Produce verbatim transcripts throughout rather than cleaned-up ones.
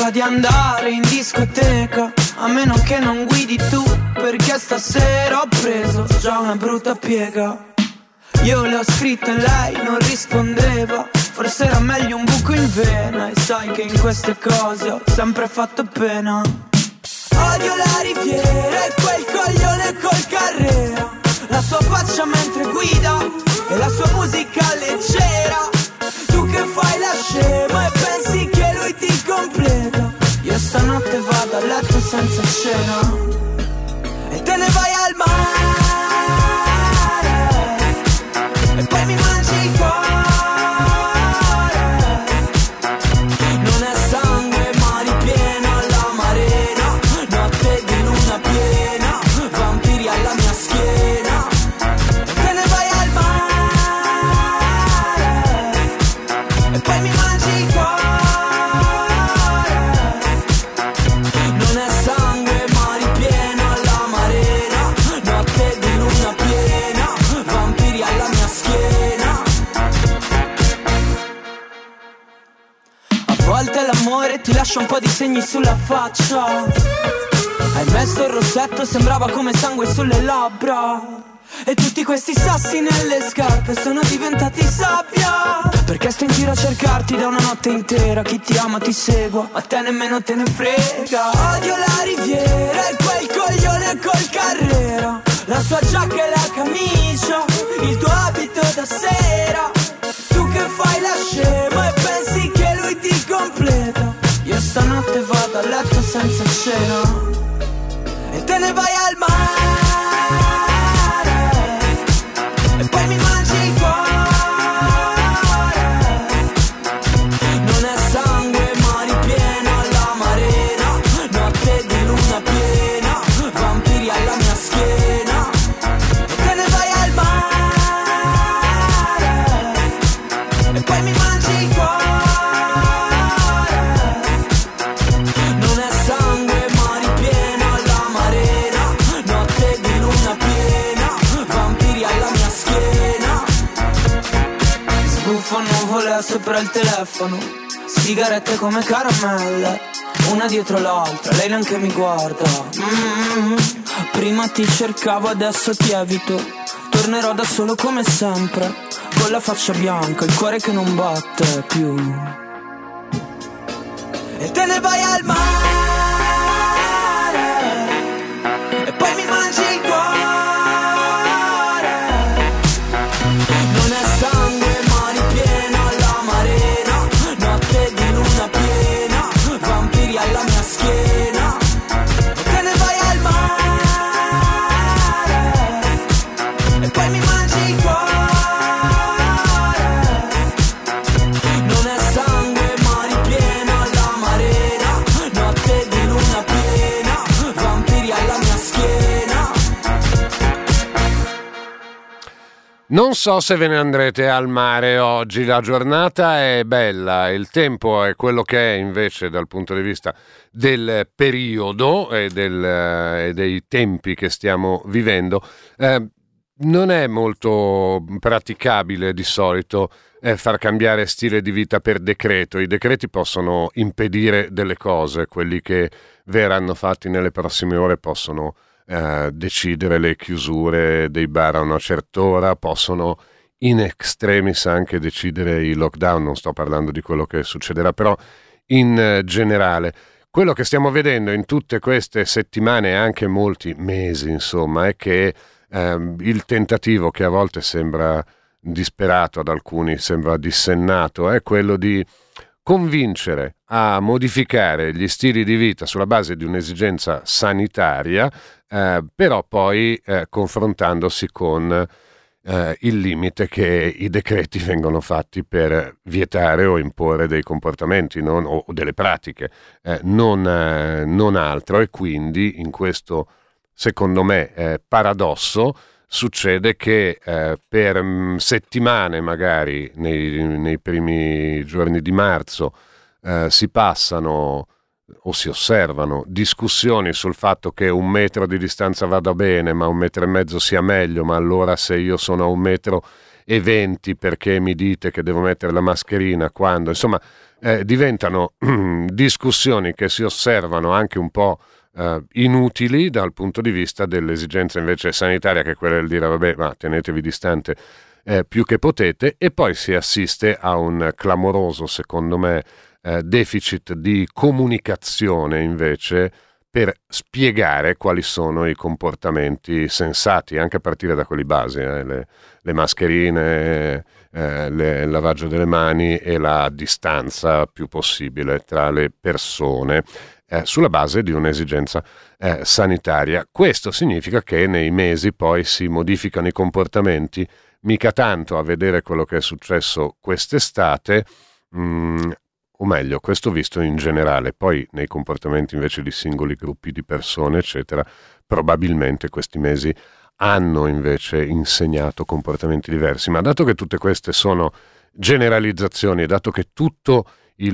va di andare in discoteca, a meno che non guidi tu, perché stasera ho preso già una brutta piega. Io le ho scritto e lei non rispondeva, forse era meglio un buco in vena, e sai che in queste cose ho sempre fatto pena. Odio la riviera e quel coglione col Carrera, la sua faccia mentre guida e la sua musica leggera. Tu che fai la scema e pensi che lui ti completa, io stanotte vado a letto senza cena e te ne vai al mare e poi mi mangi il cuore. Non è sangue ma ripieno all'amarena, notte di luna piena, vampiri alla mia schiena. Te ne vai al mare e poi mi mangi il cuore. Non è sangue ma ripieno all'amarena, notte di luna piena, vampiri alla mia schiena. A volte l'amore ti lascia un po' di segni sulla faccia, hai messo il rossetto, sembrava come sangue sulle labbra. E tutti questi sassi nelle scarpe sono diventati sabbia, perché sto in giro a cercarti da una notte intera. Chi ti ama ti seguo, a te nemmeno te ne frega. Odio la riviera e quel coglione col Carrera, la sua giacca e la camicia, il tuo abito da sera. Tu che fai la scema e pensi che lui ti completa, io stanotte vado a letto senza cena e te ne vai al mare e poi mi mangi il cuore. Non è sangue ma ripieno all'amarena, notte di luna piena, vampiri alla mia schiena. E te ne vai al mare e poi mi mangi il cuore. Non è sangue ma ripieno all'amarena, notte di luna piena, vampiri alla mia schiena. Sbuffo nuvole sopra il telefono, sigarette come caramelle, una dietro l'altra, lei neanche mi guarda. Mm-hmm. Prima ti cercavo, adesso ti evito, tornerò da solo come sempre, con la faccia bianca, il cuore che non batte più. E te ne vai al mare e poi mi mangi il cuore. Non è sangue ma ripieno all'amarena, notte di luna piena, vampiri alla mia schiena. E te ne vai al mare e poi mi mangi il cuore. Non è sangue ma ripieno all'amarena, notte di luna piena, vampiri alla mia schiena. Non so se ve ne andrete al mare oggi, la giornata è bella, il tempo è quello che è invece dal punto di vista del periodo e, del, e dei tempi che stiamo vivendo. Eh, non è molto praticabile di solito eh, far cambiare stile di vita per decreto. I decreti possono impedire delle cose, quelli che verranno fatti nelle prossime ore possono eh, decidere le chiusure dei bar a una certa ora, possono in extremis anche decidere il lockdown. Non sto parlando di quello che succederà, però in eh, generale quello che stiamo vedendo in tutte queste settimane e anche molti mesi, insomma, è che ehm, il tentativo, che a volte sembra disperato, ad alcuni sembra dissennato, è quello di convincere a modificare gli stili di vita sulla base di un'esigenza sanitaria, eh, però poi eh, confrontandosi con eh, il limite che i decreti vengono fatti per vietare o imporre dei comportamenti non, o, o delle pratiche, eh, non, eh, non altro. E quindi in questo, secondo me, eh, paradosso, succede che eh, per mh, settimane, magari nei, nei primi giorni di marzo, eh, si passano o si osservano discussioni sul fatto che un metro di distanza vada bene, ma un metro e mezzo sia meglio, ma allora se io sono a un metro e venti perché mi dite che devo mettere la mascherina quando, insomma, eh, diventano discussioni che si osservano anche un po' eh, inutili dal punto di vista dell'esigenza invece sanitaria, che è quella di dire vabbè, ma tenetevi distante eh, più che potete, e poi si assiste a un clamoroso, secondo me, eh, deficit di comunicazione invece per spiegare quali sono i comportamenti sensati, anche a partire da quelli basi, eh, le, le mascherine, eh, le, il lavaggio delle mani e la distanza più possibile tra le persone, eh, sulla base di un'esigenza eh, sanitaria. Questo significa che nei mesi poi si modificano i comportamenti, mica tanto a vedere quello che è successo quest'estate, mh, o meglio, questo visto in generale, poi nei comportamenti invece di singoli gruppi di persone, eccetera, probabilmente questi mesi hanno invece insegnato comportamenti diversi. Ma dato che tutte queste sono generalizzazioni, dato che tutto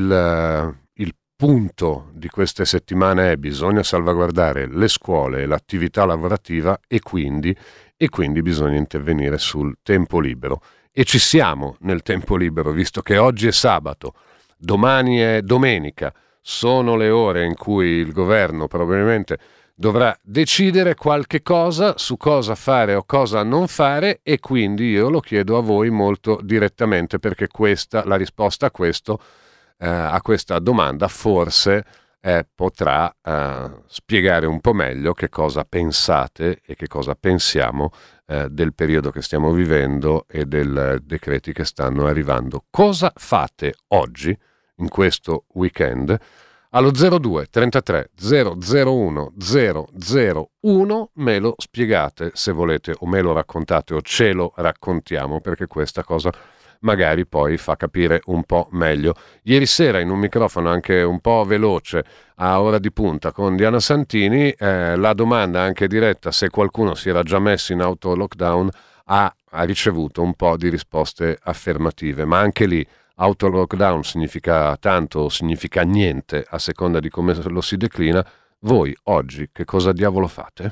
il, il punto di queste settimane è bisogna salvaguardare le scuole e l'attività lavorativa e quindi, e quindi bisogna intervenire sul tempo libero. E ci siamo nel tempo libero, visto che oggi è sabato, domani è domenica, sono le ore in cui il governo probabilmente dovrà decidere qualche cosa su cosa fare o cosa non fare, e quindi io lo chiedo a voi molto direttamente, perché questa, la risposta a questo, eh, a questa domanda forse eh, potrà eh, spiegare un po' meglio che cosa pensate e che cosa pensiamo eh, del periodo che stiamo vivendo e dei decreti che stanno arrivando. Cosa fate oggi, in questo weekend? Allo zero due trentatré zero zero uno zero zero uno me lo spiegate se volete, o me lo raccontate o ce lo raccontiamo, perché questa cosa magari poi fa capire un po' meglio. Ieri sera in un microfono anche un po' veloce a Ora di Punta con Diana Santini, eh, la domanda anche diretta se qualcuno si era già messo in auto lockdown ha, ha ricevuto un po' di risposte affermative, ma anche lì auto lockdown significa tanto o significa niente a seconda di come lo si declina. Voi oggi che cosa diavolo fate?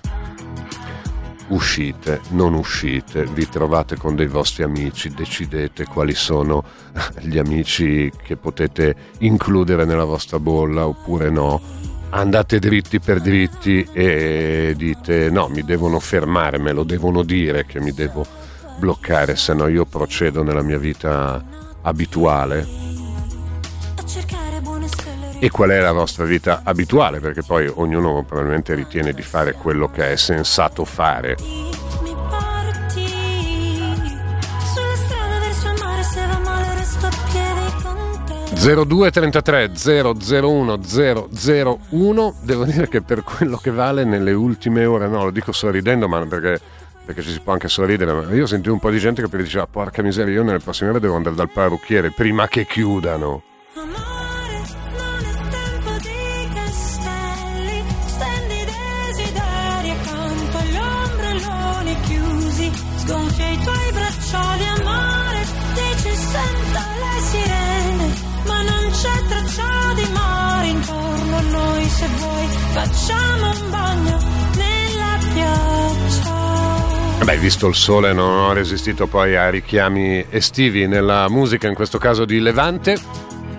Uscite, non uscite, vi trovate con dei vostri amici, decidete quali sono gli amici che potete includere nella vostra bolla oppure no, andate dritti per dritti e dite no, mi devono fermare, me lo devono dire che mi devo bloccare, se no io procedo nella mia vita abituale. E qual è la vostra vita abituale? Perché poi ognuno probabilmente ritiene di fare quello che è sensato fare. zero due trentatré zero zero uno zero zero uno. Devo dire che per quello che vale nelle ultime ore, no, lo dico sorridendo, ma perché perché ci si può anche sorridere, ma io sentivo un po' di gente che diceva porca miseria, io nelle prossime ore devo andare dal parrucchiere prima che chiudano. Sgonfia i tuoi braccioli, amore, dici sento le sirene, ma non c'è traccia di mare intorno a noi. Se vuoi facciamo un bagno nella pioggia. Beh, visto il sole non ho resistito poi a richiami estivi nella musica, in questo caso di Levante.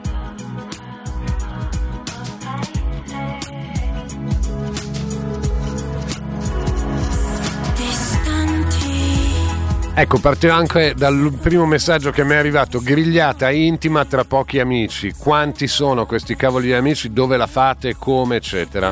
Ecco, partiamo anche dal primo messaggio che mi è arrivato: grigliata intima tra pochi amici. Quanti sono questi cavoli di amici? Dove la fate? Come? Eccetera.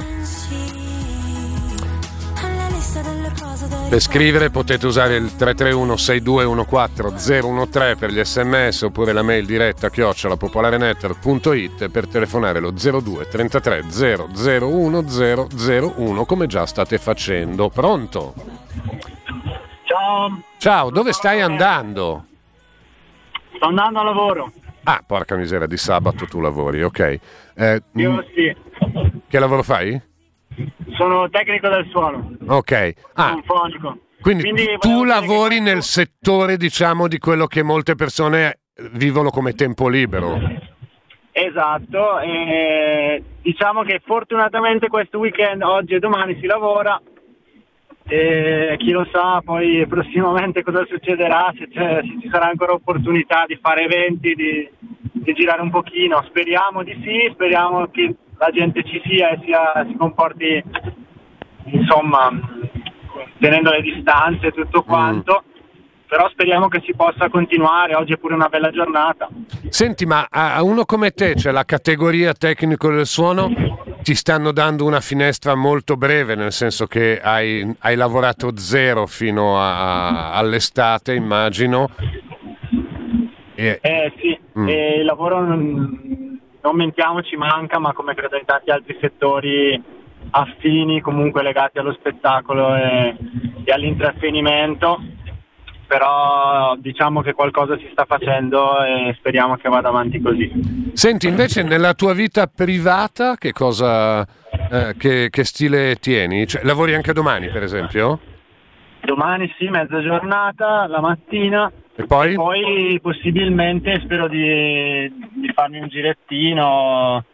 Per scrivere potete usare il tre tre uno sei due uno quattro zero uno tre per gli sms, oppure la mail diretta chiocciola popolarenetwork punto it, per telefonare lo zero due trentatré zero zero uno zero zero uno, come già state facendo. Pronto? Ciao. Ciao, dove stai andando? Sto andando a lavoro. Ah, porca miseria, di sabato tu lavori, ok. Eh, Io sì. Che lavoro fai? Sono tecnico del suono. Ok. Ah, Sono fonico. quindi, Quindi tu volevo dire lavori che- nel settore, diciamo, di quello che molte persone vivono come tempo libero. Esatto, e diciamo che fortunatamente questo weekend, oggi e domani, si lavora e chi lo sa poi prossimamente cosa succederà, se, c'è, se ci sarà ancora opportunità di fare eventi, di, di girare un pochino. Speriamo di sì, speriamo che la gente ci sia e sia, si comporti insomma tenendo le distanze e tutto quanto. Mm. Però speriamo che si possa continuare, oggi è pure una bella giornata. Senti, ma a uno come te, cioè la categoria tecnico del suono, ti stanno dando una finestra molto breve, nel senso che hai, hai lavorato zero fino a, a, all'estate, immagino. E... Eh sì, mm. e il lavoro, non, non mentiamoci, manca, ma come credo in tanti altri settori affini, comunque legati allo spettacolo e, e all'intrattenimento. Però diciamo che qualcosa si sta facendo e speriamo che vada avanti così. Senti, invece nella tua vita privata che cosa, eh, che, che stile tieni? Cioè, lavori anche domani, per esempio? Domani sì, mezza giornata, la mattina. E poi? E poi possibilmente spero di, di farmi un girettino,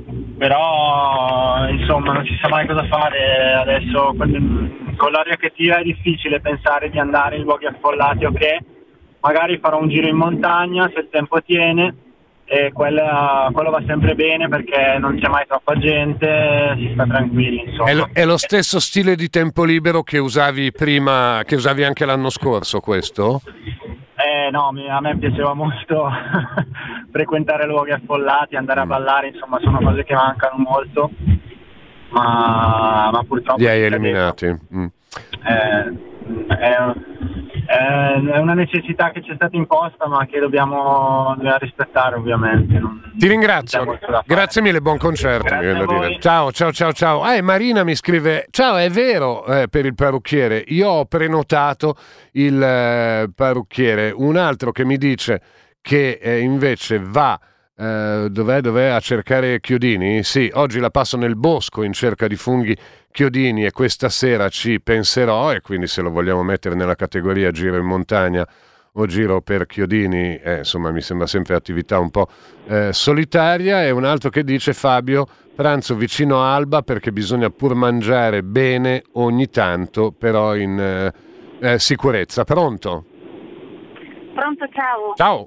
però insomma non si sa mai cosa fare adesso. Con, con l'aria che tira è difficile pensare di andare in luoghi affollati, ok? Magari farò un giro in montagna se il tempo tiene e quella, quello va sempre bene perché non c'è mai troppa gente, si sta tranquilli, insomma. È lo, è lo stesso stile di tempo libero che usavi prima, che usavi anche l'anno scorso, questo? Eh no, a me piaceva molto frequentare luoghi affollati, andare a ballare, insomma sono cose che mancano molto, ma, ma purtroppo... Li hai eliminati. Mm. Eh, è, è una necessità che ci è stata imposta, ma che dobbiamo, dobbiamo rispettare ovviamente. Non, Ti ringrazio, grazie mille, buon concerto. Mi viene da dire. Ciao, ciao, ciao, ciao. Ah, e Marina mi scrive, ciao, è vero, eh, per il parrucchiere, io ho prenotato il eh, parrucchiere, un altro che mi dice che eh, invece va eh, dov'è, dov'è a cercare chiodini? Sì, oggi la passo nel bosco in cerca di funghi chiodini e questa sera ci penserò, e quindi se lo vogliamo mettere nella categoria giro in montagna o giro per chiodini, eh, insomma mi sembra sempre attività un po' eh, solitaria. E un altro che dice, Fabio, pranzo vicino a Alba perché bisogna pur mangiare bene ogni tanto, però in eh, eh, sicurezza. Pronto? Pronto, ciao. Ciao.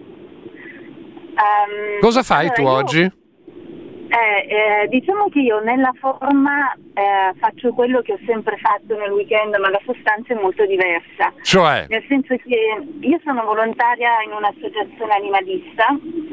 Um, Cosa fai allora, tu io, oggi? Eh, eh, diciamo che io nella forma eh, faccio quello che ho sempre fatto nel weekend, ma la sostanza è molto diversa. Cioè? Nel senso che io sono volontaria in un'associazione animalista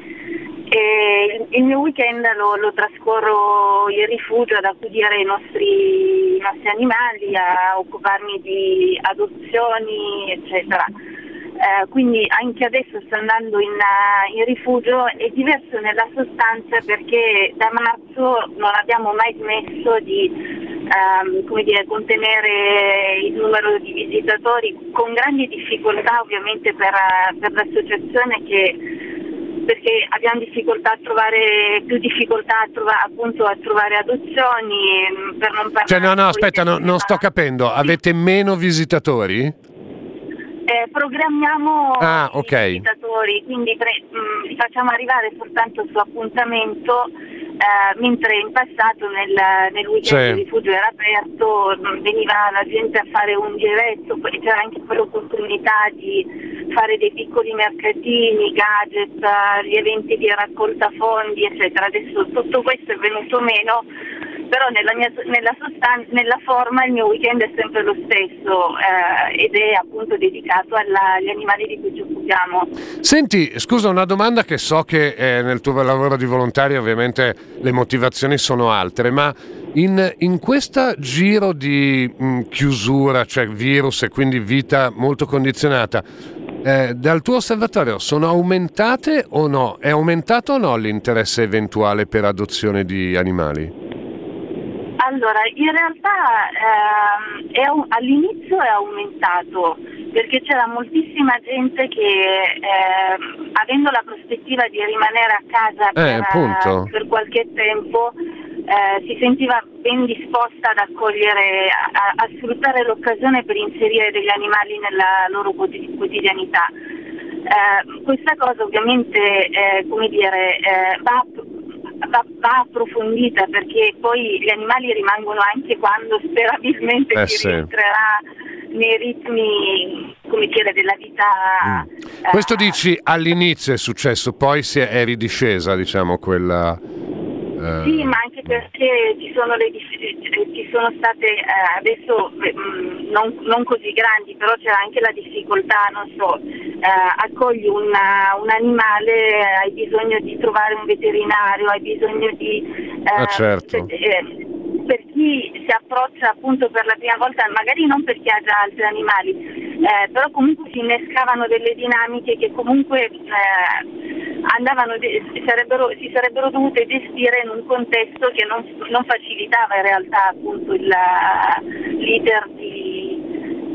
e il mio weekend lo, lo trascorro in rifugio ad accudire i nostri, i nostri animali, a occuparmi di adozioni, eccetera. Uh, quindi anche adesso sto andando in, uh, in rifugio. È diverso nella sostanza perché da marzo non abbiamo mai smesso di um, come dire, contenere il numero di visitatori, con grandi difficoltà ovviamente per, uh, per l'associazione, che perché abbiamo difficoltà a trovare più difficoltà a trovare appunto a trovare adozioni, per non parlare. Cioè no no aspetta, no, non sto capendo, avete meno visitatori? Eh, programmiamo ah, okay. i visitatori, quindi pre- mh, li facciamo arrivare soltanto su appuntamento, eh, mentre in passato nel, nel weekend sì. il rifugio era aperto, veniva la gente a fare un giretto, poi c'era anche quell'opportunità di fare dei piccoli mercatini, gadget, gli eventi di raccolta fondi, eccetera. Adesso tutto questo è venuto meno, però nella, mia, nella, sostan- nella forma il mio weekend è sempre lo stesso, eh, ed è appunto dedicato alla, agli animali di cui ci occupiamo. Senti, scusa, una domanda che so che eh, nel tuo lavoro di volontario ovviamente le motivazioni sono altre, ma in, in questo giro di mh, chiusura, cioè virus e quindi vita molto condizionata, eh, dal tuo osservatorio sono aumentate o no? È aumentato o no l'interesse eventuale per adozione di animali? Allora, in realtà ehm, è un, all'inizio è aumentato perché c'era moltissima gente che ehm, avendo la prospettiva di rimanere a casa eh, per, per qualche tempo eh, si sentiva ben disposta ad accogliere, a, a sfruttare l'occasione per inserire degli animali nella loro quotidianità. Eh, questa cosa ovviamente, eh, come dire, eh, va, va, va approfondita, perché poi gli animali rimangono anche quando sperabilmente eh si sì. rientrerà nei ritmi, come dire, della vita. Mm. Questo eh, dici all'inizio è successo, poi si è, è ridiscesa, diciamo, quella... eh, Sì, ma anche perché ci sono, le, ci sono state eh, adesso mh, non, non così grandi, però c'era anche la difficoltà, non so, eh, accogli una, un animale, hai bisogno di trovare un veterinario, hai bisogno di... Eh, Ah, certo. eh, per chi si approccia appunto per la prima volta, magari non per chi ha già altri animali, eh, però comunque si innescavano delle dinamiche che comunque eh, andavano de- sarebbero, si sarebbero dovute gestire in un contesto che non, non facilitava in realtà appunto il, l'iter di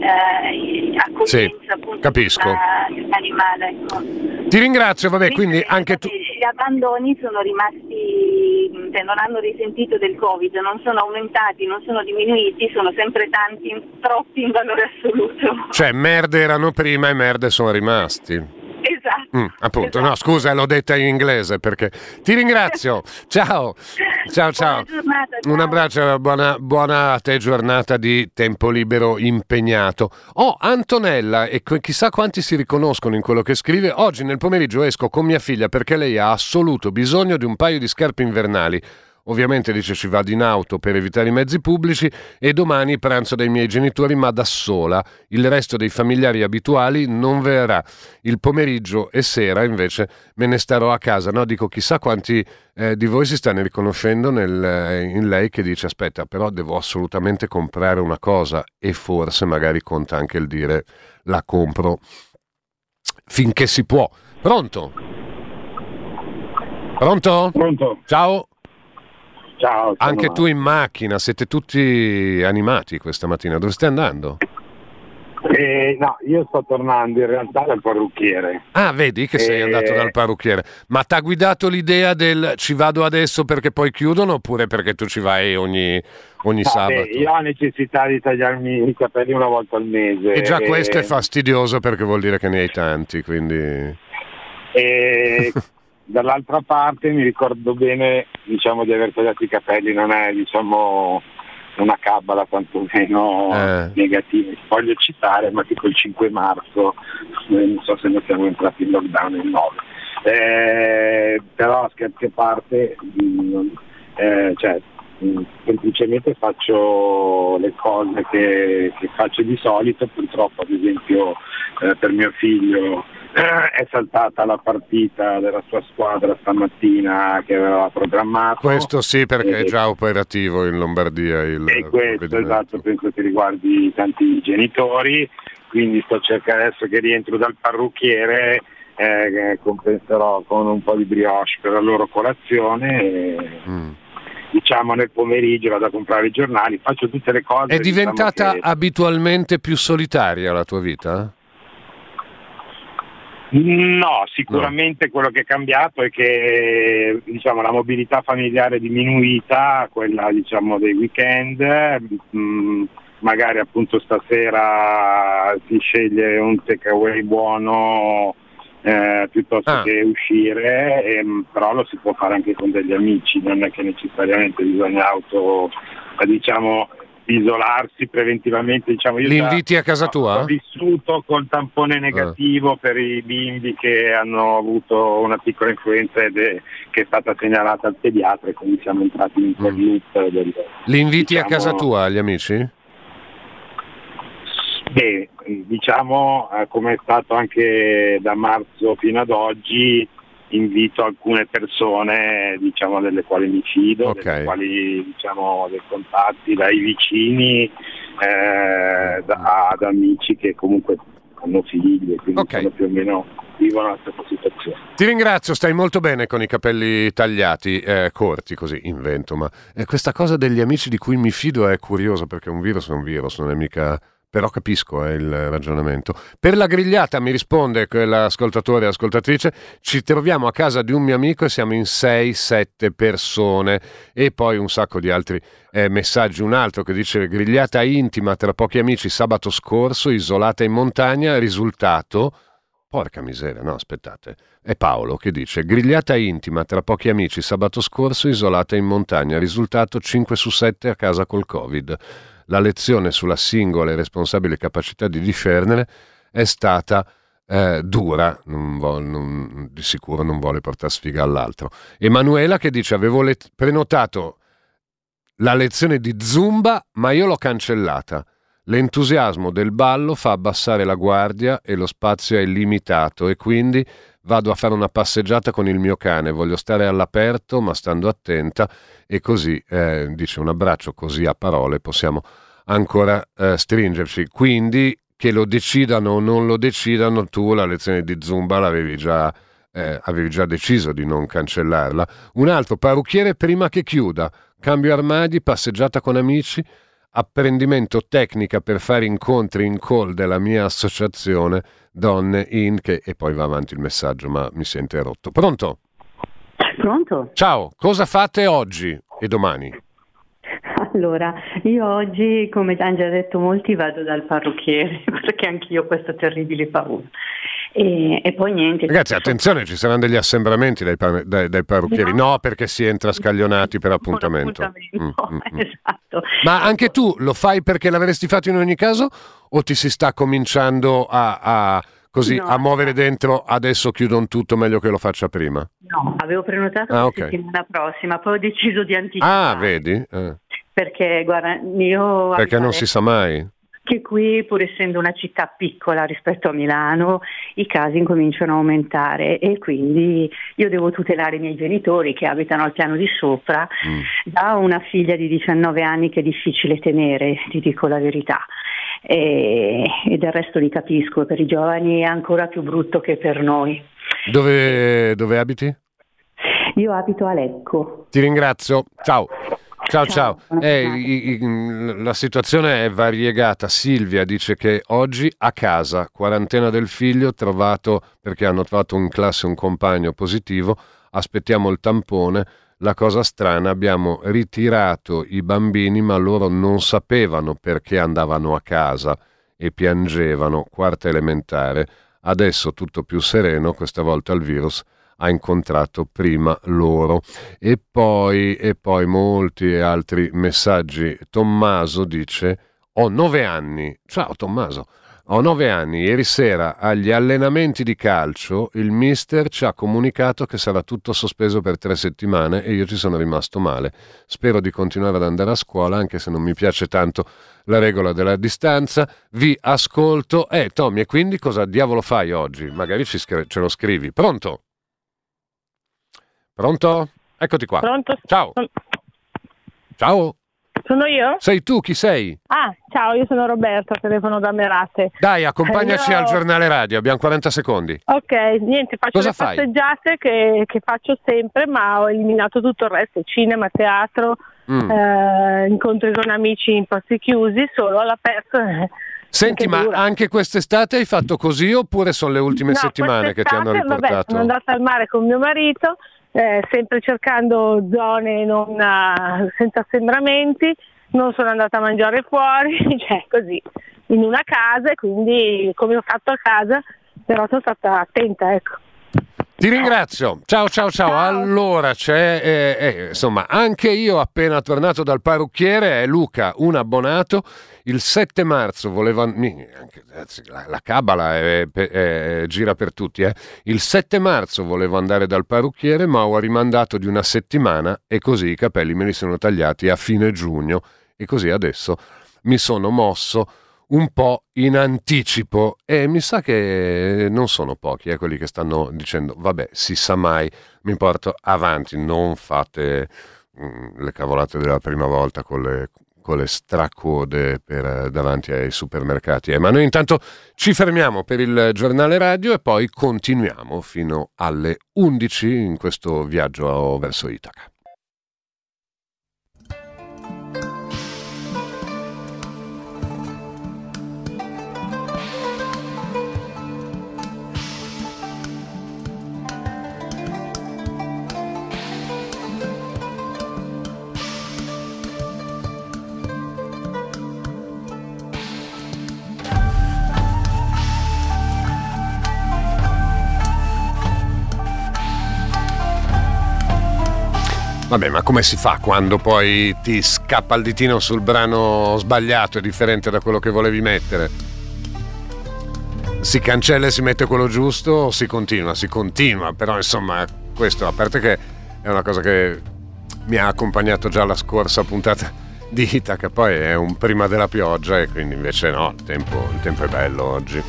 eh, accoglienza, sì, appunto, capisco. dell'animale. Ecco. Ti ringrazio, vabbè, quindi anche tu... Gli abbandoni sono rimasti, cioè non hanno risentito del Covid, non sono aumentati, non sono diminuiti, sono sempre tanti, troppi in valore assoluto. Cioè, merde erano prima e merde sono rimasti. Esatto. Mm, appunto, esatto. No, scusa, l'ho detta in inglese perché ti ringrazio. Ciao, ciao, ciao. Buona giornata, ciao. Un abbraccio, buona, buona a te giornata di tempo libero impegnato. Oh, Antonella, e chissà quanti si riconoscono in quello che scrive. Oggi nel pomeriggio esco con mia figlia perché lei ha assoluto bisogno di un paio di scarpe invernali. Ovviamente, dice, ci vado in auto per evitare i mezzi pubblici e domani pranzo dai miei genitori, ma da sola. Il resto dei familiari abituali non verrà. Il pomeriggio e sera invece me ne starò a casa. No, dico, chissà quanti eh, di voi si stanno riconoscendo nel, in lei che dice aspetta, però devo assolutamente comprare una cosa, e forse magari conta anche il dire la compro finché si può. Pronto? Pronto? Pronto? Ciao. Ciao. Anche Marco. tu in macchina, siete tutti animati questa mattina. Dove stai andando? Eh, no, io sto tornando in realtà dal parrucchiere. Ah, vedi che sei Eh, andato dal parrucchiere. Ma t'ha guidato l'idea del ci vado adesso perché poi chiudono, oppure perché tu ci vai ogni, ogni no, sabato? beh, io ho necessità di tagliarmi i capelli una volta al mese. E già eh, questo è fastidioso perché vuol dire che ne hai tanti, quindi... E dall'altra parte mi ricordo bene, diciamo, di aver tagliato i capelli, non è, diciamo, una cabala tantomeno Eh. negativa. Voglio citare, ma tipo il cinque marzo, eh, non so se noi siamo entrati in lockdown il nove. Eh, però scherzi a parte, mh, eh, cioè, mh, semplicemente faccio le cose che, che faccio di solito. Purtroppo, ad esempio, eh, per mio figlio è saltata la partita della sua squadra stamattina che aveva programmato. Questo sì, perché E- è già operativo in Lombardia il E questo, provvedimento. esatto, penso che riguardi tanti genitori, quindi sto cercando, adesso che rientro dal parrucchiere, eh, compenserò con un po' di brioche per la loro colazione e, Mm. diciamo, nel pomeriggio vado a comprare i giornali, faccio tutte le cose. È diventata diciamo che... abitualmente più solitaria la tua vita? No, sicuramente quello che è cambiato è che, diciamo, la mobilità familiare è diminuita, quella, diciamo, dei weekend, mh, magari appunto stasera si sceglie un takeaway buono eh, piuttosto Ah. che uscire, e, però lo si può fare anche con degli amici, non è che necessariamente bisogna auto, diciamo, isolarsi preventivamente, diciamo. Io Li già inviti a casa ho- tua? Ho vissuto col tampone negativo per i bimbi che hanno avuto una piccola influenza ed è, che è stata segnalata al pediatra, e quindi siamo entrati in quel loop del, Li inviti a diciamo- casa tua, gli amici? Beh, diciamo, eh, come è stato anche da marzo fino ad oggi, invito alcune persone, diciamo, delle quali mi fido, Ok. delle quali, diciamo, dei contatti dai vicini, eh, da, ad amici che comunque hanno figli, quindi Ok. sono più o meno vivono la stessa situazione. Ti ringrazio, stai molto bene con i capelli tagliati, eh, corti così, invento, ma eh, questa cosa degli amici di cui mi fido è curiosa, perché un virus è un virus, non è mica... Però capisco eh, il ragionamento. Per la grigliata mi risponde quell'ascoltatore e ascoltatrice, ci troviamo a casa di un mio amico e siamo in sei sette persone, e poi un sacco di altri eh, messaggi. Un altro che dice grigliata intima tra pochi amici sabato scorso, isolata in montagna, risultato... porca miseria, no, aspettate, è Paolo che dice: grigliata intima tra pochi amici sabato scorso, isolata in montagna, risultato cinque su sette a casa col Covid. La lezione sulla singola e responsabile capacità di discernere è stata eh, dura, non vo- non, di sicuro non vuole portare sfiga all'altro. Emanuela che dice: avevo let- prenotato la lezione di Zumba, ma io l'ho cancellata. L'entusiasmo del ballo fa abbassare la guardia e lo spazio è limitato e quindi vado a fare una passeggiata con il mio cane, voglio stare all'aperto ma stando attenta, e così, eh, dice, un abbraccio così a parole possiamo ancora eh, stringerci. Quindi che lo decidano o non lo decidano, tu la lezione di Zumba l'avevi già, eh, avevi già deciso di non cancellarla. Un altro: parrucchiere prima che chiuda, cambio armadi, passeggiata con amici, apprendimento tecnica per fare incontri in call della mia associazione Donne in che... E poi va avanti il messaggio, ma mi si è interrotto. Pronto? Pronto? Ciao, cosa fate oggi e domani? Allora, io oggi, come hanno già detto molti, vado dal parrucchiere perché anch'io ho questa terribile paura. E, e poi niente. Ragazzi, attenzione, ci saranno degli assembramenti dai, par- dai, dai parrucchieri. No. no, perché si entra scaglionati per appuntamento. appuntamento. Mm, mm, esatto. Ma anche tu lo fai perché l'avresti fatto in ogni caso, o ti si sta cominciando a, a, così, no, a muovere dentro, adesso chiudono tutto, meglio che lo faccia prima? No, avevo prenotato ah, la okay. settimana prossima, poi ho deciso di anticipare. Ah, vedi? Eh. Perché, guarda, io... Perché non si sa mai. Che qui, pur essendo una città piccola rispetto a Milano, i casi incominciano a aumentare e quindi io devo tutelare i miei genitori che abitano al piano di sopra mm. da una figlia di diciannove anni che è difficile tenere, ti dico la verità, e, e del resto li capisco, per i giovani è ancora più brutto che per noi. Dove, dove abiti? Io abito a Lecco. Ti ringrazio, ciao. Ciao ciao, ciao. Eh, i, i, la situazione è variegata. Silvia dice che oggi a casa, quarantena del figlio, trovato perché hanno trovato in classe un compagno positivo, aspettiamo il tampone. La cosa strana, abbiamo ritirato i bambini ma loro non sapevano perché andavano a casa e piangevano, quarta elementare. Adesso tutto più sereno, questa volta il virus ha incontrato prima loro. E poi, e poi molti altri messaggi. Tommaso dice: ho nove anni, ciao Tommaso, ho nove anni, ieri sera agli allenamenti di calcio il mister ci ha comunicato che sarà tutto sospeso per tre settimane e io ci sono rimasto male. Spero di continuare ad andare a scuola anche se non mi piace tanto la regola della distanza. Vi ascolto. Eh Tommy, e quindi cosa diavolo fai oggi? Magari ci scri- ce lo scrivi. Pronto? Pronto? Eccoti qua. Pronto? Ciao. Ciao. Sono io? Sei tu, chi sei? Ah, ciao, io sono Roberta, telefono da Merate. Dai, accompagnaci io... al giornale radio, abbiamo quaranta secondi. Ok, niente, faccio Cosa le fai? passeggiate che, che faccio sempre, ma ho eliminato tutto il resto, cinema, teatro, mm. eh, incontri con amici in posti chiusi, solo all'aperto. Senti, ma dura. Anche quest'estate hai fatto così oppure sono le ultime no, settimane che ti hanno riportato? Vabbè, sono andata al mare con mio marito, eh, sempre cercando zone non, uh, senza assembramenti, non sono andata a mangiare fuori, cioè così, in una casa, e quindi come ho fatto a casa, però sono stata attenta, ecco. Ti ringrazio, ciao ciao ciao. ciao. Allora c'è, eh, eh, insomma, anche io appena tornato dal parrucchiere, è Luca, un abbonato. Il sette marzo voleva, anche, la, la cabala è, è, è, gira per tutti, eh. Il sette marzo volevo andare dal parrucchiere, ma ho rimandato di una settimana e così i capelli me li sono tagliati a fine giugno e così adesso mi sono mosso un po' in anticipo e mi sa che non sono pochi eh, quelli che stanno dicendo vabbè, si sa mai, mi porto avanti, non fate mh, le cavolate della prima volta con le, con le stracode per, davanti ai supermercati. Eh. Ma noi intanto ci fermiamo per il giornale radio e poi continuiamo fino alle undici in questo viaggio verso Itaca. Vabbè, ma come si fa quando poi ti scappa il ditino sul brano sbagliato, è differente da quello che volevi mettere? Si cancella e si mette quello giusto o si continua? Si continua, però insomma questo, a parte che è una cosa che mi ha accompagnato già la scorsa puntata di Itaca, poi è un prima della pioggia e quindi invece no, il tempo, il tempo è bello oggi.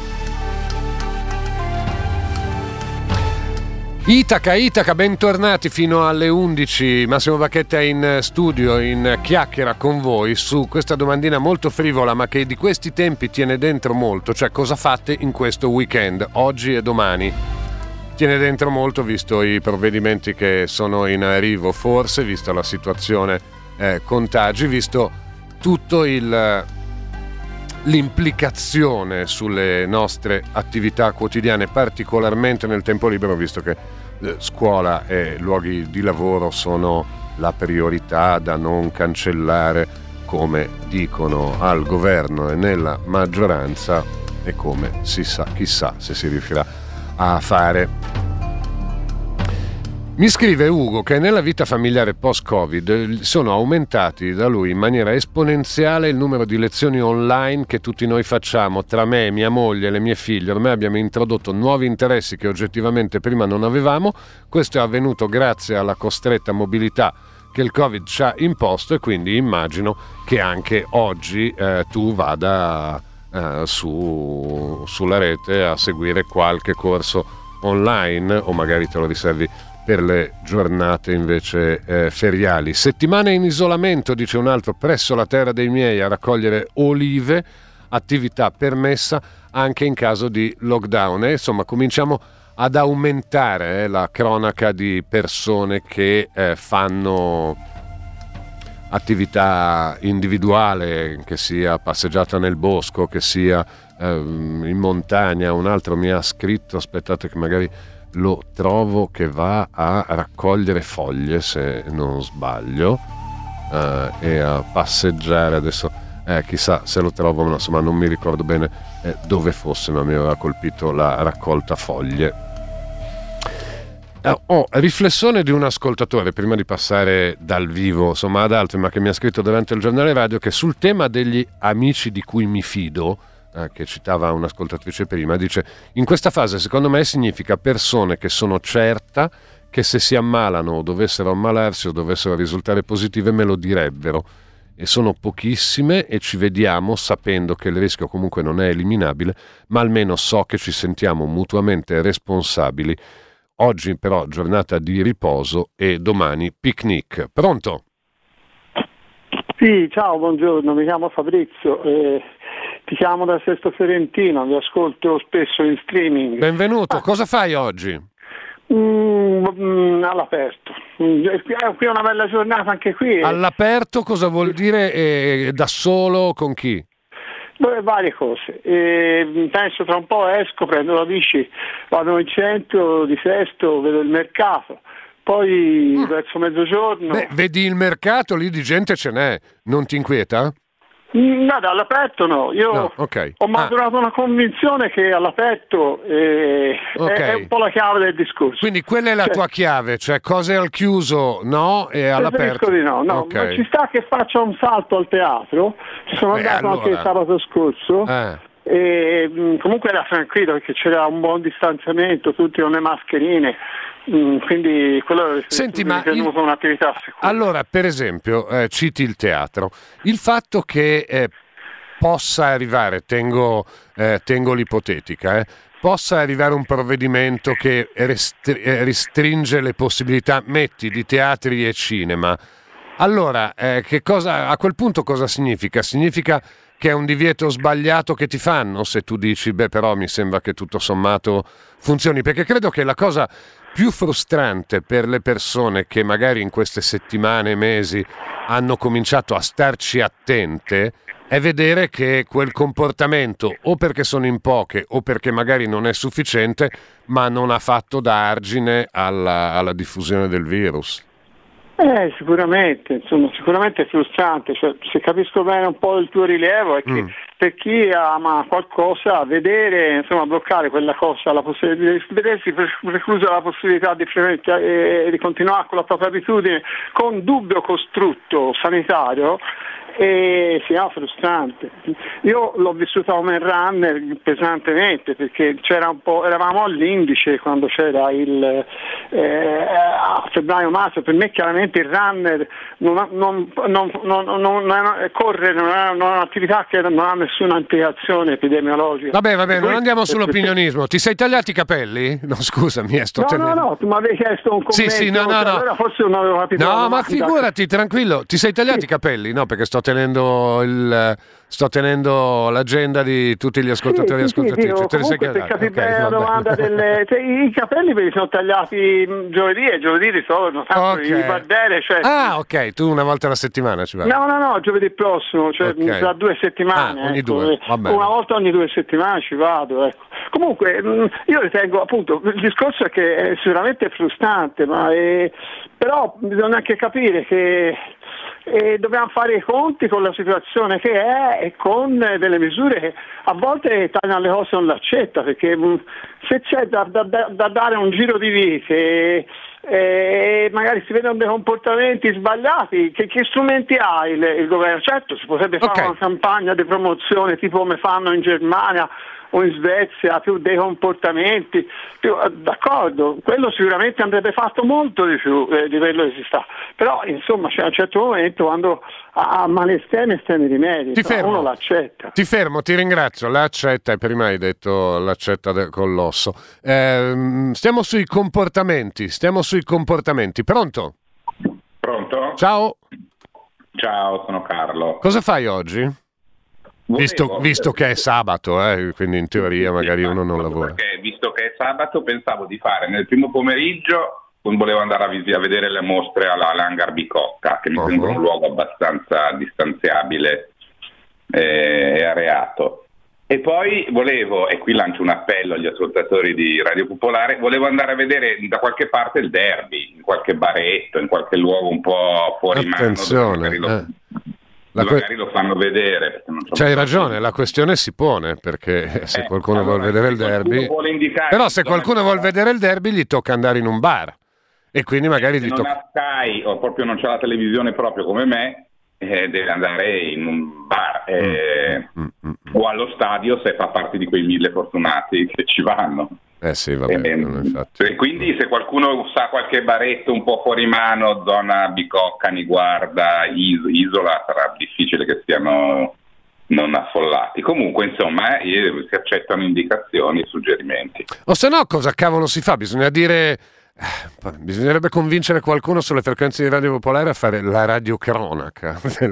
Itaca, Itaca, bentornati fino alle undici. Massimo Bacchetta in studio, in chiacchiera con voi su questa domandina molto frivola ma che di questi tempi tiene dentro molto, cioè cosa fate in questo weekend, oggi e domani. Tiene dentro molto visto i provvedimenti che sono in arrivo, forse, visto la situazione eh, contagi, visto tutto il... l'implicazione sulle nostre attività quotidiane, particolarmente nel tempo libero, visto che eh, scuola e luoghi di lavoro sono la priorità da non cancellare, come dicono al governo e nella maggioranza, e come si sa, chissà se si riuscirà a fare. Mi scrive Ugo che nella vita familiare post-Covid sono aumentati da lui in maniera esponenziale il numero di lezioni online che tutti noi facciamo. Tra me, mia moglie e le mie figlie ormai abbiamo introdotto nuovi interessi che oggettivamente prima non avevamo. Questo è avvenuto grazie alla costretta mobilità che il Covid ci ha imposto e quindi immagino che anche oggi eh, tu vada eh, su, sulla rete a seguire qualche corso online o magari te lo riservi per le giornate invece eh, feriali. Settimana in isolamento, dice un altro, presso la terra dei miei a raccogliere olive, attività permessa anche in caso di lockdown. E insomma cominciamo ad aumentare eh, la cronaca di persone che eh, fanno attività individuale, che sia passeggiata nel bosco, che sia eh, in montagna. Un altro mi ha scritto, aspettate che magari lo trovo, che va a raccogliere foglie se non sbaglio eh, e a passeggiare adesso eh, chissà se lo trovo, ma insomma non mi ricordo bene eh, dove fosse, ma mi aveva colpito la raccolta foglie. Eh, oh, riflessione di un ascoltatore prima di passare dal vivo insomma ad altri, ma che mi ha scritto davanti al giornale radio, che sul tema degli amici di cui mi fido, che citava un'ascoltatrice prima, dice: in questa fase secondo me significa persone che sono certa che se si ammalano o dovessero ammalarsi o dovessero risultare positive me lo direbbero, e sono pochissime e ci vediamo sapendo che il rischio comunque non è eliminabile, ma almeno so che ci sentiamo mutuamente responsabili. Oggi però giornata di riposo e domani picnic. Pronto? Sì, ciao, buongiorno, mi chiamo Fabrizio, eh, ti chiamo da Sesto Fiorentino, vi ascolto spesso in streaming. Benvenuto, ah. Cosa fai oggi? Mm, mm, all'aperto, mm, qui è una bella giornata anche qui. All'aperto cosa vuol dire? Eh, da solo, con chi? Beh, varie cose, e penso tra un po' esco, prendo la bici, vado in centro di Sesto, vedo il mercato. Poi mm. verso mezzogiorno... Beh, vedi il mercato, lì di gente ce n'è, non ti inquieta? No, all'aperto no, io no, okay. ho maturato ah. una convinzione che all'aperto eh, okay. è, è un po' la chiave del discorso. Quindi quella è la cioè, tua chiave, cioè cose al chiuso no e all'aperto? Di no, no, okay. ci sta che faccia un salto al teatro, ci sono Beh, andato allora. anche il sabato scorso. Eh. E comunque era tranquillo perché c'era un buon distanziamento, tutti con le mascherine, quindi quello è Senti, ma il... un'attività sicura. Allora, per esempio, eh, citi il teatro, il fatto che eh, possa arrivare, tengo, eh, tengo l'ipotetica, eh, possa arrivare un provvedimento che restri- restringe le possibilità, metti, di teatri e cinema, allora eh, che cosa, a quel punto cosa significa? Significa che è un divieto sbagliato che ti fanno, se tu dici beh però mi sembra che tutto sommato funzioni, perché credo che la cosa più frustrante per le persone che magari in queste settimane e mesi hanno cominciato a starci attente è vedere che quel comportamento, o perché sono in poche o perché magari non è sufficiente, ma non ha fatto da argine alla, alla diffusione del virus. Eh, sicuramente, insomma, sicuramente è frustrante, cioè, se capisco bene un po' il tuo rilievo è che mm. per chi ama qualcosa, vedere, insomma, bloccare quella cosa, la possibilità di vedersi preclusa la possibilità di, eh, di continuare con la propria abitudine con dubbio costrutto sanitario, e sì, no, frustrante. Io l'ho vissuta come runner pesantemente, perché c'era un po', eravamo all'indice quando c'era il eh, a febbraio-marzo. Per me chiaramente il runner non, non, non, non, non, non è, corre non è, non è un'attività che non ha nessuna implicazione epidemiologica. Vabbè, vabbè, non andiamo sull'opinionismo. Ti sei tagliati i capelli? No, scusami, sto no, tenendo... no, no, tu mi avevi chiesto un commento. Sì, sì, no, no, no. Allora forse non avevo capito. No, ma figurati, tranquillo. Ti sei tagliati sì. i capelli? No, perché sto tenendo il sto tenendo l'agenda di tutti gli ascoltatori e sì, ascoltatrici. Sì, sì, comunque, per capire okay, bene la domanda delle cioè, i capelli me li sono tagliati giovedì e giovedì ritorno, tanto okay. i bardere, cioè... Ah, ok, tu una volta alla settimana ci vai. No, no, no, giovedì prossimo, cioè okay. tra due settimane. Ah, ogni ecco. due. Una volta ogni due settimane ci vado, ecco. Comunque io ritengo, appunto, il discorso è che è sicuramente frustrante, ma è... però bisogna anche capire che e dobbiamo fare i conti con la situazione che è e con delle misure che a volte tagliano le cose non l'accetta, perché se c'è da, da, da dare un giro di vite e magari si vedono dei comportamenti sbagliati, che, che strumenti ha il, il governo? Certo, si potrebbe fare okay. una campagna di promozione tipo come fanno in Germania o in Svezia, più dei comportamenti, più, d'accordo, quello sicuramente andrebbe fatto molto di più eh, di quello che si sta, però insomma c'è un certo momento quando ha male estremi estremi rimedi, ti fermo. Uno l'accetta. Ti fermo, ti ringrazio, l'accetta, e prima hai detto l'accetta de- con l'osso. Eh, stiamo sui comportamenti, stiamo sui comportamenti, pronto? Pronto? Ciao. Ciao, sono Carlo. Cosa fai oggi? Visto, visto che è sabato, eh, quindi in teoria magari uno non lavora. Perché visto che è sabato pensavo di fare nel primo pomeriggio, volevo andare a, vis- a vedere le mostre alla all'Hangar Bicocca, che mi uh-huh. sembra un luogo abbastanza distanziabile e, e areato. E poi volevo, e qui lancio un appello agli ascoltatori di Radio Popolare, volevo andare a vedere da qualche parte il derby, in qualche baretto, in qualche luogo un po' fuori Attenzione, mano. La que- magari lo fanno vedere. Non so. C'hai ragione, la questione si pone, perché se eh, qualcuno allora, vuole vedere il derby, però se qualcuno vuole vedere il derby gli tocca andare in un bar e quindi magari se gli non tocca... ha Sky o proprio non c'ha la televisione proprio come me, eh, deve andare in un bar eh, mm, mm, mm, mm. o allo stadio se fa parte di quei mille fortunati che ci vanno. Eh sì, va bene, infatti. E quindi se qualcuno sa qualche baretto un po' fuori mano, zona Bicocca, Niguarda, Is- Isola, sarà difficile che siano non affollati. Comunque, insomma, eh, si accettano indicazioni e suggerimenti. O se no, cosa cavolo si fa? Bisogna dire... Bisognerebbe convincere qualcuno sulle frequenze di Radio Popolare a fare la radiocronaca.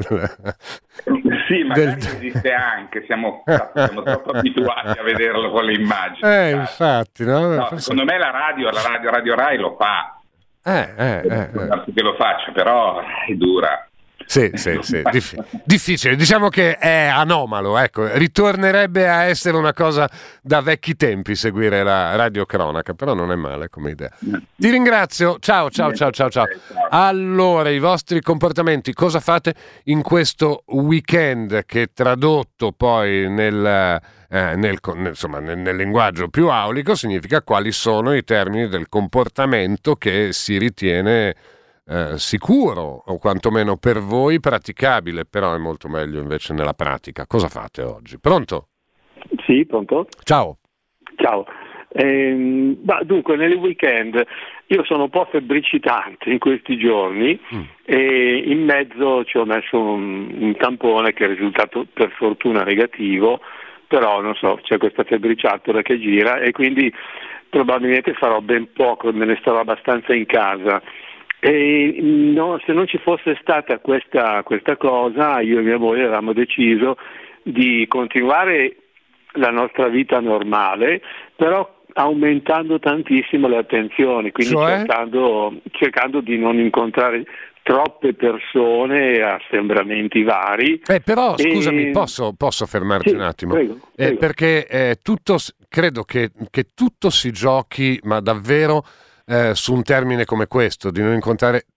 Sì, magari del... esiste anche, siamo, siamo troppo abituati a vederlo con le immagini. Eh, infatti, no? No, secondo me la radio, la radio, radio Rai lo fa. Eh, eh, eh, eh. Che lo faccia, però è dura. Sì, sì, sì, Dif- difficile, diciamo che è anomalo, ecco, ritornerebbe a essere una cosa da vecchi tempi seguire la radiocronaca, però non è male come idea. Ti ringrazio, ciao, ciao, ciao, ciao, ciao. Allora, i vostri comportamenti, cosa fate in questo weekend che tradotto poi nel, eh, nel, insomma, nel, nel linguaggio più aulico significa quali sono i termini del comportamento che si ritiene Eh, sicuro o quantomeno per voi praticabile, però è molto meglio invece nella pratica. Cosa fate oggi? Pronto? Sì, pronto. Ciao. Ciao. Ehm, bah, dunque, nel weekend io sono un po' febbricitante in questi giorni mm. e in mezzo ci ho messo un, un tampone che è risultato per fortuna negativo, però non so, c'è questa febbriciattolo che gira e quindi probabilmente farò ben poco, me ne starò abbastanza in casa. E no, se non ci fosse stata questa, questa cosa, io e mia moglie avevamo deciso di continuare la nostra vita normale, però aumentando tantissimo le attenzioni, quindi cioè? cercando, cercando di non incontrare troppe persone, assembramenti vari. Eh, però e... scusami, posso, posso fermarti sì, un attimo? Prego, prego. Eh, perché eh, tutto, credo che, che tutto si giochi, ma davvero... Eh, su un termine come questo, di non incontrare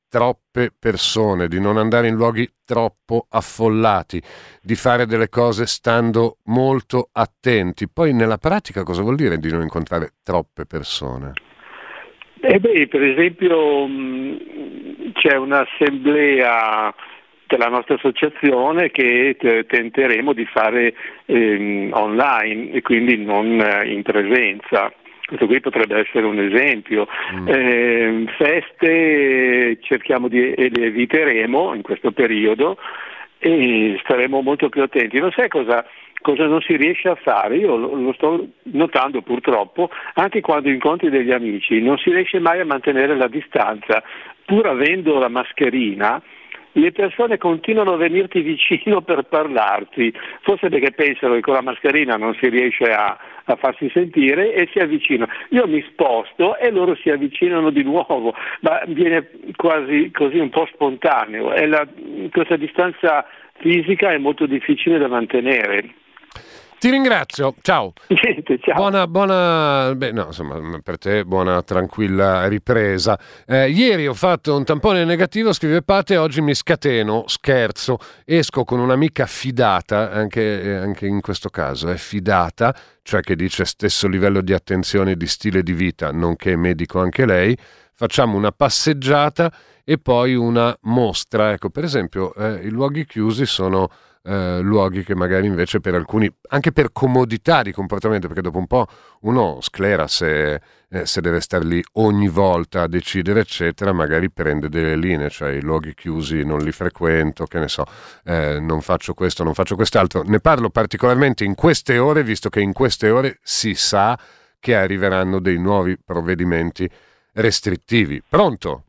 troppe persone, di non andare in luoghi troppo affollati, di fare delle cose stando molto attenti. Poi nella pratica cosa vuol dire di non incontrare troppe persone? Eh beh, per esempio mh, c'è un'assemblea della nostra associazione che t- tenteremo di fare ehm, online e quindi non eh, in presenza. Questo qui potrebbe essere un esempio. Mm. Eh, feste cerchiamo di e le eviteremo in questo periodo e staremo molto più attenti. Non sai cosa, cosa non si riesce a fare? Io lo, lo sto notando purtroppo, anche quando incontri degli amici, non si riesce mai a mantenere la distanza, pur avendo la mascherina. Le persone continuano a venirti vicino per parlarti, forse perché pensano che con la mascherina non si riesce a, a farsi sentire e si avvicinano. Io mi sposto e loro si avvicinano di nuovo, ma viene quasi così un po' spontaneo. E la, questa distanza fisica è molto difficile da mantenere. Ti ringrazio, ciao. Niente, ciao. Buona, buona, beh, no, insomma, per te buona, tranquilla ripresa. Eh, ieri ho fatto un tampone negativo, scrive Pate, oggi mi scateno, scherzo, esco con un'amica fidata, anche, eh, anche in questo caso è fidata, cioè che dice stesso livello di attenzione e di stile di vita, nonché medico anche lei, facciamo una passeggiata e poi una mostra. Ecco, per esempio, eh, i luoghi chiusi sono... Eh, luoghi che magari invece per alcuni, anche per comodità di comportamento, perché dopo un po' uno sclera se, eh, se deve star lì ogni volta a decidere eccetera, magari prende delle linee, cioè i luoghi chiusi non li frequento, che ne so, eh, non faccio questo, non faccio quest'altro. Ne parlo particolarmente in queste ore, visto che in queste ore si sa che arriveranno dei nuovi provvedimenti restrittivi. Pronto?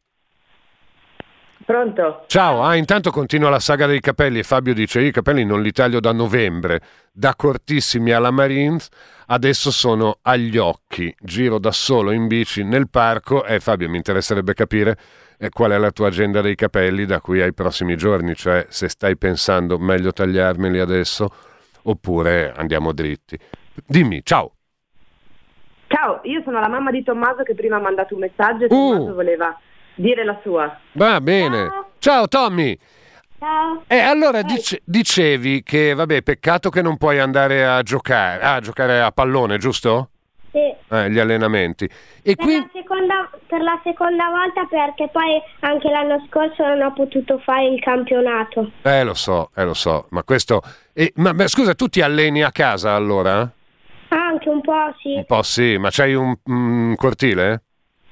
Pronto? Ciao, ah, intanto continua la saga dei capelli e Fabio dice io i capelli non li taglio da novembre, da cortissimi alla Marines, adesso sono agli occhi, giro da solo in bici nel parco e Fabio mi interesserebbe capire eh, qual è la tua agenda dei capelli da qui ai prossimi giorni, cioè se stai pensando meglio tagliarmeli adesso oppure andiamo dritti. Dimmi, ciao. Ciao, io sono la mamma di Tommaso che prima ha mandato un messaggio e Tommaso uh. voleva... dire la sua. Va bene. Ciao, Ciao Tommy. Ciao. E eh, allora dice, dicevi che vabbè, peccato che non puoi andare a giocare, a giocare a pallone, giusto? Sì. Eh, gli allenamenti. E per, qui... la seconda, per la seconda volta perché poi anche l'anno scorso non ho potuto fare il campionato. Eh lo so, eh lo so, ma questo eh, ma, ma scusa, tu ti alleni a casa allora? Ah, anche un po' sì. Un po' sì, ma c'hai un, un cortile?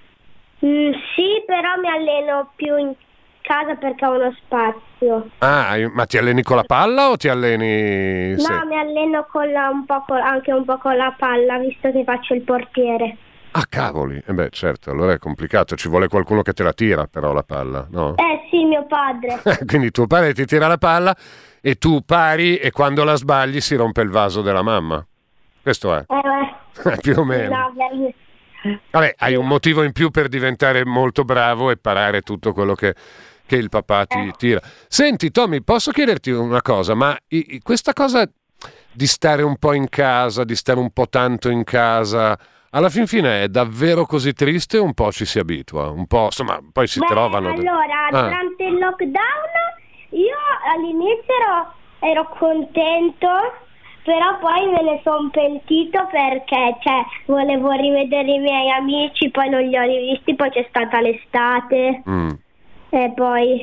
Mm, sì, però mi alleno più in casa perché ho uno spazio. Ah, ma ti alleni con la palla o ti alleni... No, sì. mi alleno con la, un po' con, anche un po' con la palla, visto che faccio il portiere. Ah, cavoli! E eh beh, certo, allora è complicato. Ci vuole qualcuno che te la tira, però, la palla, no? Eh sì, mio padre. Quindi tuo padre ti tira la palla e tu pari e quando la sbagli si rompe il vaso della mamma. Questo è. Eh, più o meno. No, per... Vabbè, hai un motivo in più per diventare molto bravo e parare tutto quello che, che il papà ti tira. Senti, Tommy, posso chiederti una cosa? Ma i, i, questa cosa di stare un po' in casa, di stare un po' tanto in casa, alla fin fine è davvero così triste o un po' ci si abitua? Un po', insomma, poi si Beh, trovano... Allora, ah. durante il lockdown io all'inizio ero, ero contento, però poi me ne sono pentito perché cioè, volevo rivedere i miei amici, poi non li ho rivisti, poi c'è stata l'estate mm. e poi...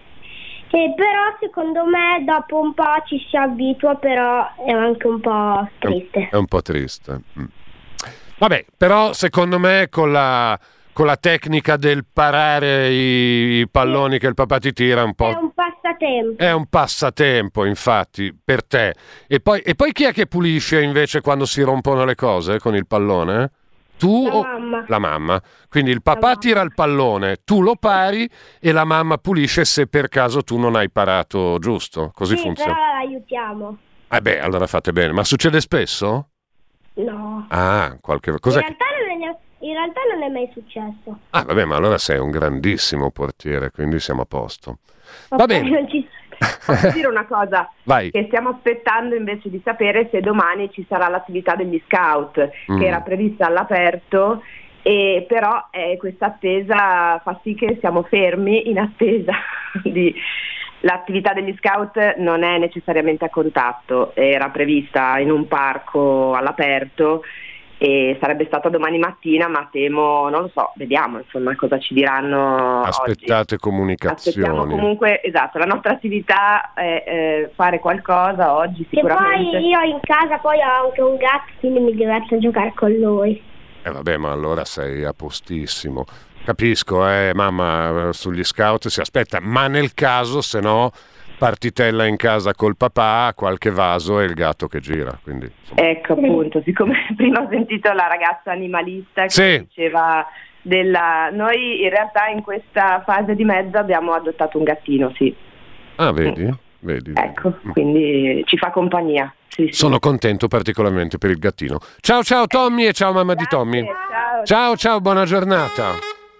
E però secondo me dopo un po' ci si abitua, però è anche un po' triste. È un po' triste. Mm. Vabbè, però secondo me con la... con la tecnica del parare i, i palloni sì. che il papà ti tira un po'... È un passatempo. È un passatempo, infatti, per te. E poi, e poi chi è che pulisce invece quando si rompono le cose con il pallone? Tu la o mamma. La mamma. Quindi il papà tira il pallone, tu lo pari e la mamma pulisce se per caso tu non hai parato giusto. Così sì, funziona. Però aiutiamo. Eh beh, allora fate bene. Ma succede spesso? No. Ah, qualche... Cos'è In realtà non è... In realtà non è mai successo. Ah, vabbè, ma allora sei un grandissimo portiere, quindi siamo a posto. Va okay, bene. Non ci... Posso dire una cosa? Vai. Che stiamo aspettando invece di sapere se domani ci sarà l'attività degli scout, mm. che era prevista all'aperto, E però eh, questa attesa fa sì che siamo fermi in attesa di... L'attività degli scout non è necessariamente a contatto, era prevista in un parco all'aperto e sarebbe stata domani mattina, ma temo, non lo so, vediamo insomma cosa ci diranno. Aspettate oggi. Comunicazioni. Aspettiamo comunque, esatto, la nostra attività è eh, fare qualcosa oggi sicuramente. E poi io in casa poi ho anche un gatto, quindi mi diverto a giocare con lui. E eh vabbè, ma allora sei a postissimo. Capisco, eh, mamma, sugli scout si aspetta, ma nel caso, se no, partitella in casa col papà, qualche vaso e il gatto che gira. Quindi, ecco appunto, siccome prima ho sentito la ragazza animalista che sì. diceva della... Noi in realtà in questa fase di mezzo abbiamo adottato un gattino, sì. Ah, vedi? Mm. Vedi. Ecco, quindi ci fa compagnia. Sì, sì. Sono contento particolarmente per il gattino. Ciao ciao Tommy e ciao mamma Grazie, di Tommy. Ciao ciao, ciao buona giornata.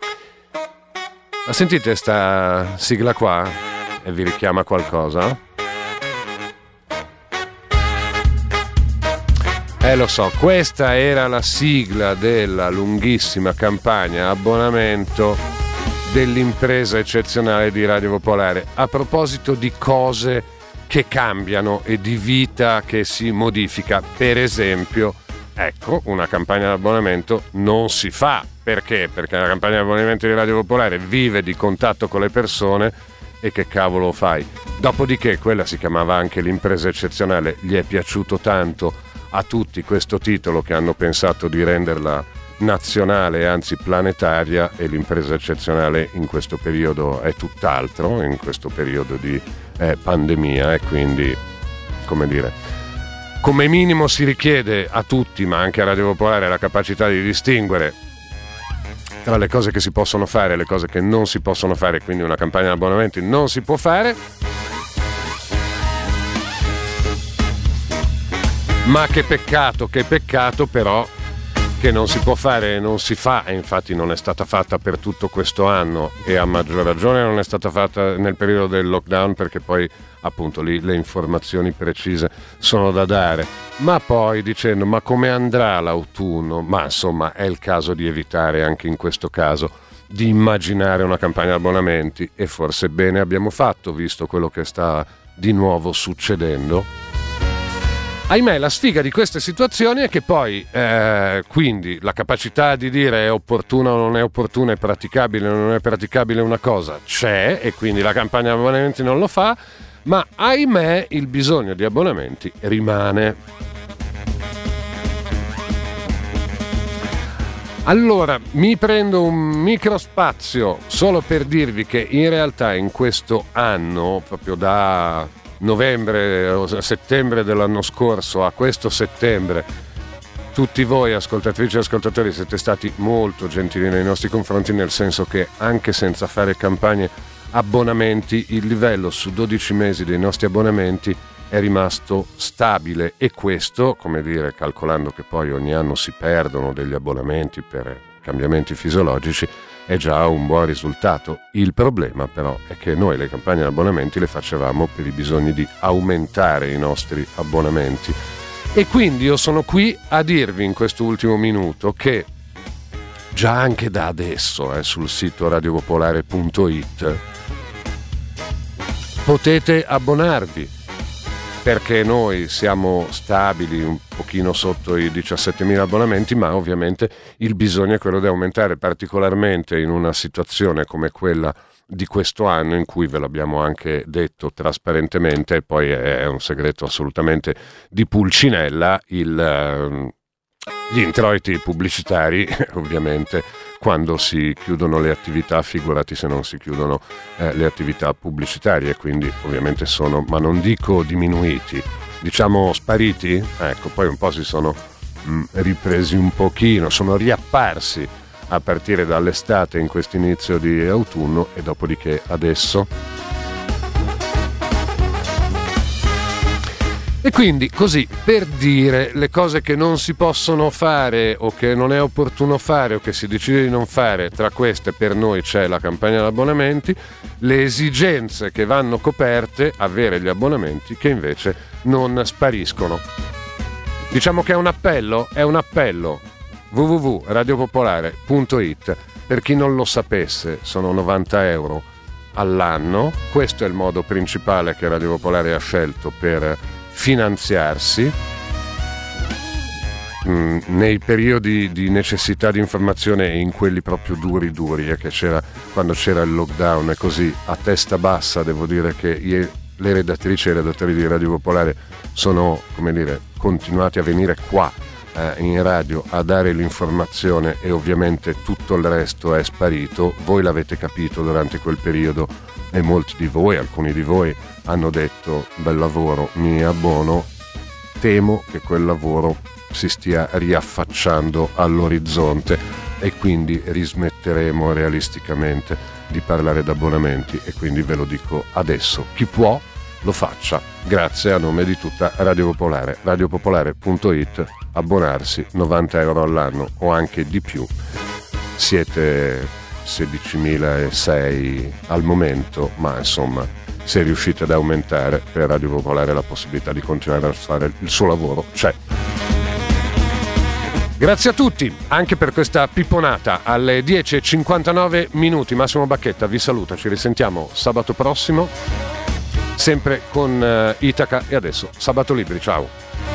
Ma sentite sta sigla qua? E vi richiama qualcosa? Eh lo so, questa era la sigla della lunghissima campagna abbonamento dell'impresa eccezionale di Radio Popolare. A proposito di cose che cambiano e di vita che si modifica, per esempio, ecco, una campagna d'abbonamento non si fa. Perché? Perché la campagna di abbonamento di Radio Popolare vive di contatto con le persone e che cavolo fai? Dopodiché quella si chiamava anche l'impresa eccezionale, gli è piaciuto tanto a tutti questo titolo che hanno pensato di renderla nazionale, anzi planetaria, e l'impresa eccezionale in questo periodo è tutt'altro, in questo periodo di eh, pandemia, e quindi, come dire, come minimo si richiede a tutti, ma anche a Radio Popolare, la capacità di distinguere tra le cose che si possono fare e le cose che non si possono fare, quindi una campagna di abbonamenti non si può fare. Ma che peccato, che peccato però che non si può fare e non si fa, e infatti non è stata fatta per tutto questo anno, e a maggior ragione non è stata fatta nel periodo del lockdown, perché poi appunto lì le informazioni precise sono da dare. Ma poi dicendo ma come andrà l'autunno? Ma insomma è il caso di evitare anche in questo caso di immaginare una campagna di abbonamenti, e forse bene abbiamo fatto, visto quello che sta di nuovo succedendo. Ahimè, la sfiga di queste situazioni è che poi eh, quindi la capacità di dire è opportuna o non è opportuna, è praticabile o non è praticabile una cosa c'è, e quindi la campagna di abbonamenti non lo fa, ma ahimè il bisogno di abbonamenti rimane. Allora, mi prendo un microspazio solo per dirvi che in realtà in questo anno, proprio da novembre o settembre dell'anno scorso a questo settembre, tutti voi ascoltatrici e ascoltatori siete stati molto gentili nei nostri confronti, nel senso che anche senza fare campagne abbonamenti il livello su dodici mesi dei nostri abbonamenti è rimasto stabile, e questo, come dire, calcolando che poi ogni anno si perdono degli abbonamenti per cambiamenti fisiologici, è già un buon risultato. Il problema però è che noi le campagne di abbonamenti le facevamo per i bisogni di aumentare i nostri abbonamenti, e quindi io sono qui a dirvi in questo ultimo minuto che già anche da adesso eh, sul sito radiopopolare punto it potete abbonarvi, perché noi siamo stabili un pochino sotto i diciassettemila abbonamenti, ma ovviamente il bisogno è quello di aumentare, particolarmente in una situazione come quella di questo anno, in cui ve l'abbiamo anche detto trasparentemente, e poi è un segreto assolutamente di Pulcinella, il, gli introiti pubblicitari ovviamente quando si chiudono le attività, figurati se non si chiudono eh, le attività pubblicitarie, quindi ovviamente sono, ma non dico diminuiti, diciamo spariti, ecco, poi un po' si sono mh, ripresi un pochino, sono riapparsi a partire dall'estate in questo inizio di autunno, e dopodiché adesso. E quindi così, per dire le cose che non si possono fare o che non è opportuno fare o che si decide di non fare, tra queste per noi c'è la campagna di abbonamenti, le esigenze che vanno coperte, avere gli abbonamenti che invece non spariscono. Diciamo che è un appello, è un appello. w w w punto radio popolare punto i t. Per chi non lo sapesse, sono novanta euro all'anno. Questo è il modo principale che Radio Popolare ha scelto per finanziarsi mm, nei periodi di necessità di informazione e in quelli proprio duri duri, eh, che c'era quando c'era il lockdown, e così a testa bassa devo dire che io, le redattrici e i redattori di Radio Popolare sono, come dire, continuati a venire qua eh, in radio a dare l'informazione, e ovviamente tutto il resto è sparito. Voi l'avete capito durante quel periodo e molti di voi, alcuni di voi, hanno detto bel lavoro, mi abbono. Temo che quel lavoro si stia riaffacciando all'orizzonte e quindi rismetteremo realisticamente di parlare d'abbonamenti, e quindi ve lo dico adesso: chi può lo faccia, grazie a nome di tutta Radio Popolare. radio popolare punto i t, abbonarsi, novanta euro all'anno o anche di più. Siete sedicimilasei al momento, ma insomma, se riuscite ad aumentare, per Radio Popolare la possibilità di continuare a fare il suo lavoro c'è. Grazie a tutti anche per questa pipponata alle dieci e cinquantanove minuti. Massimo Bacchetta vi saluta, ci risentiamo sabato prossimo sempre con uh, Itaca, e adesso Sabato Libri, ciao.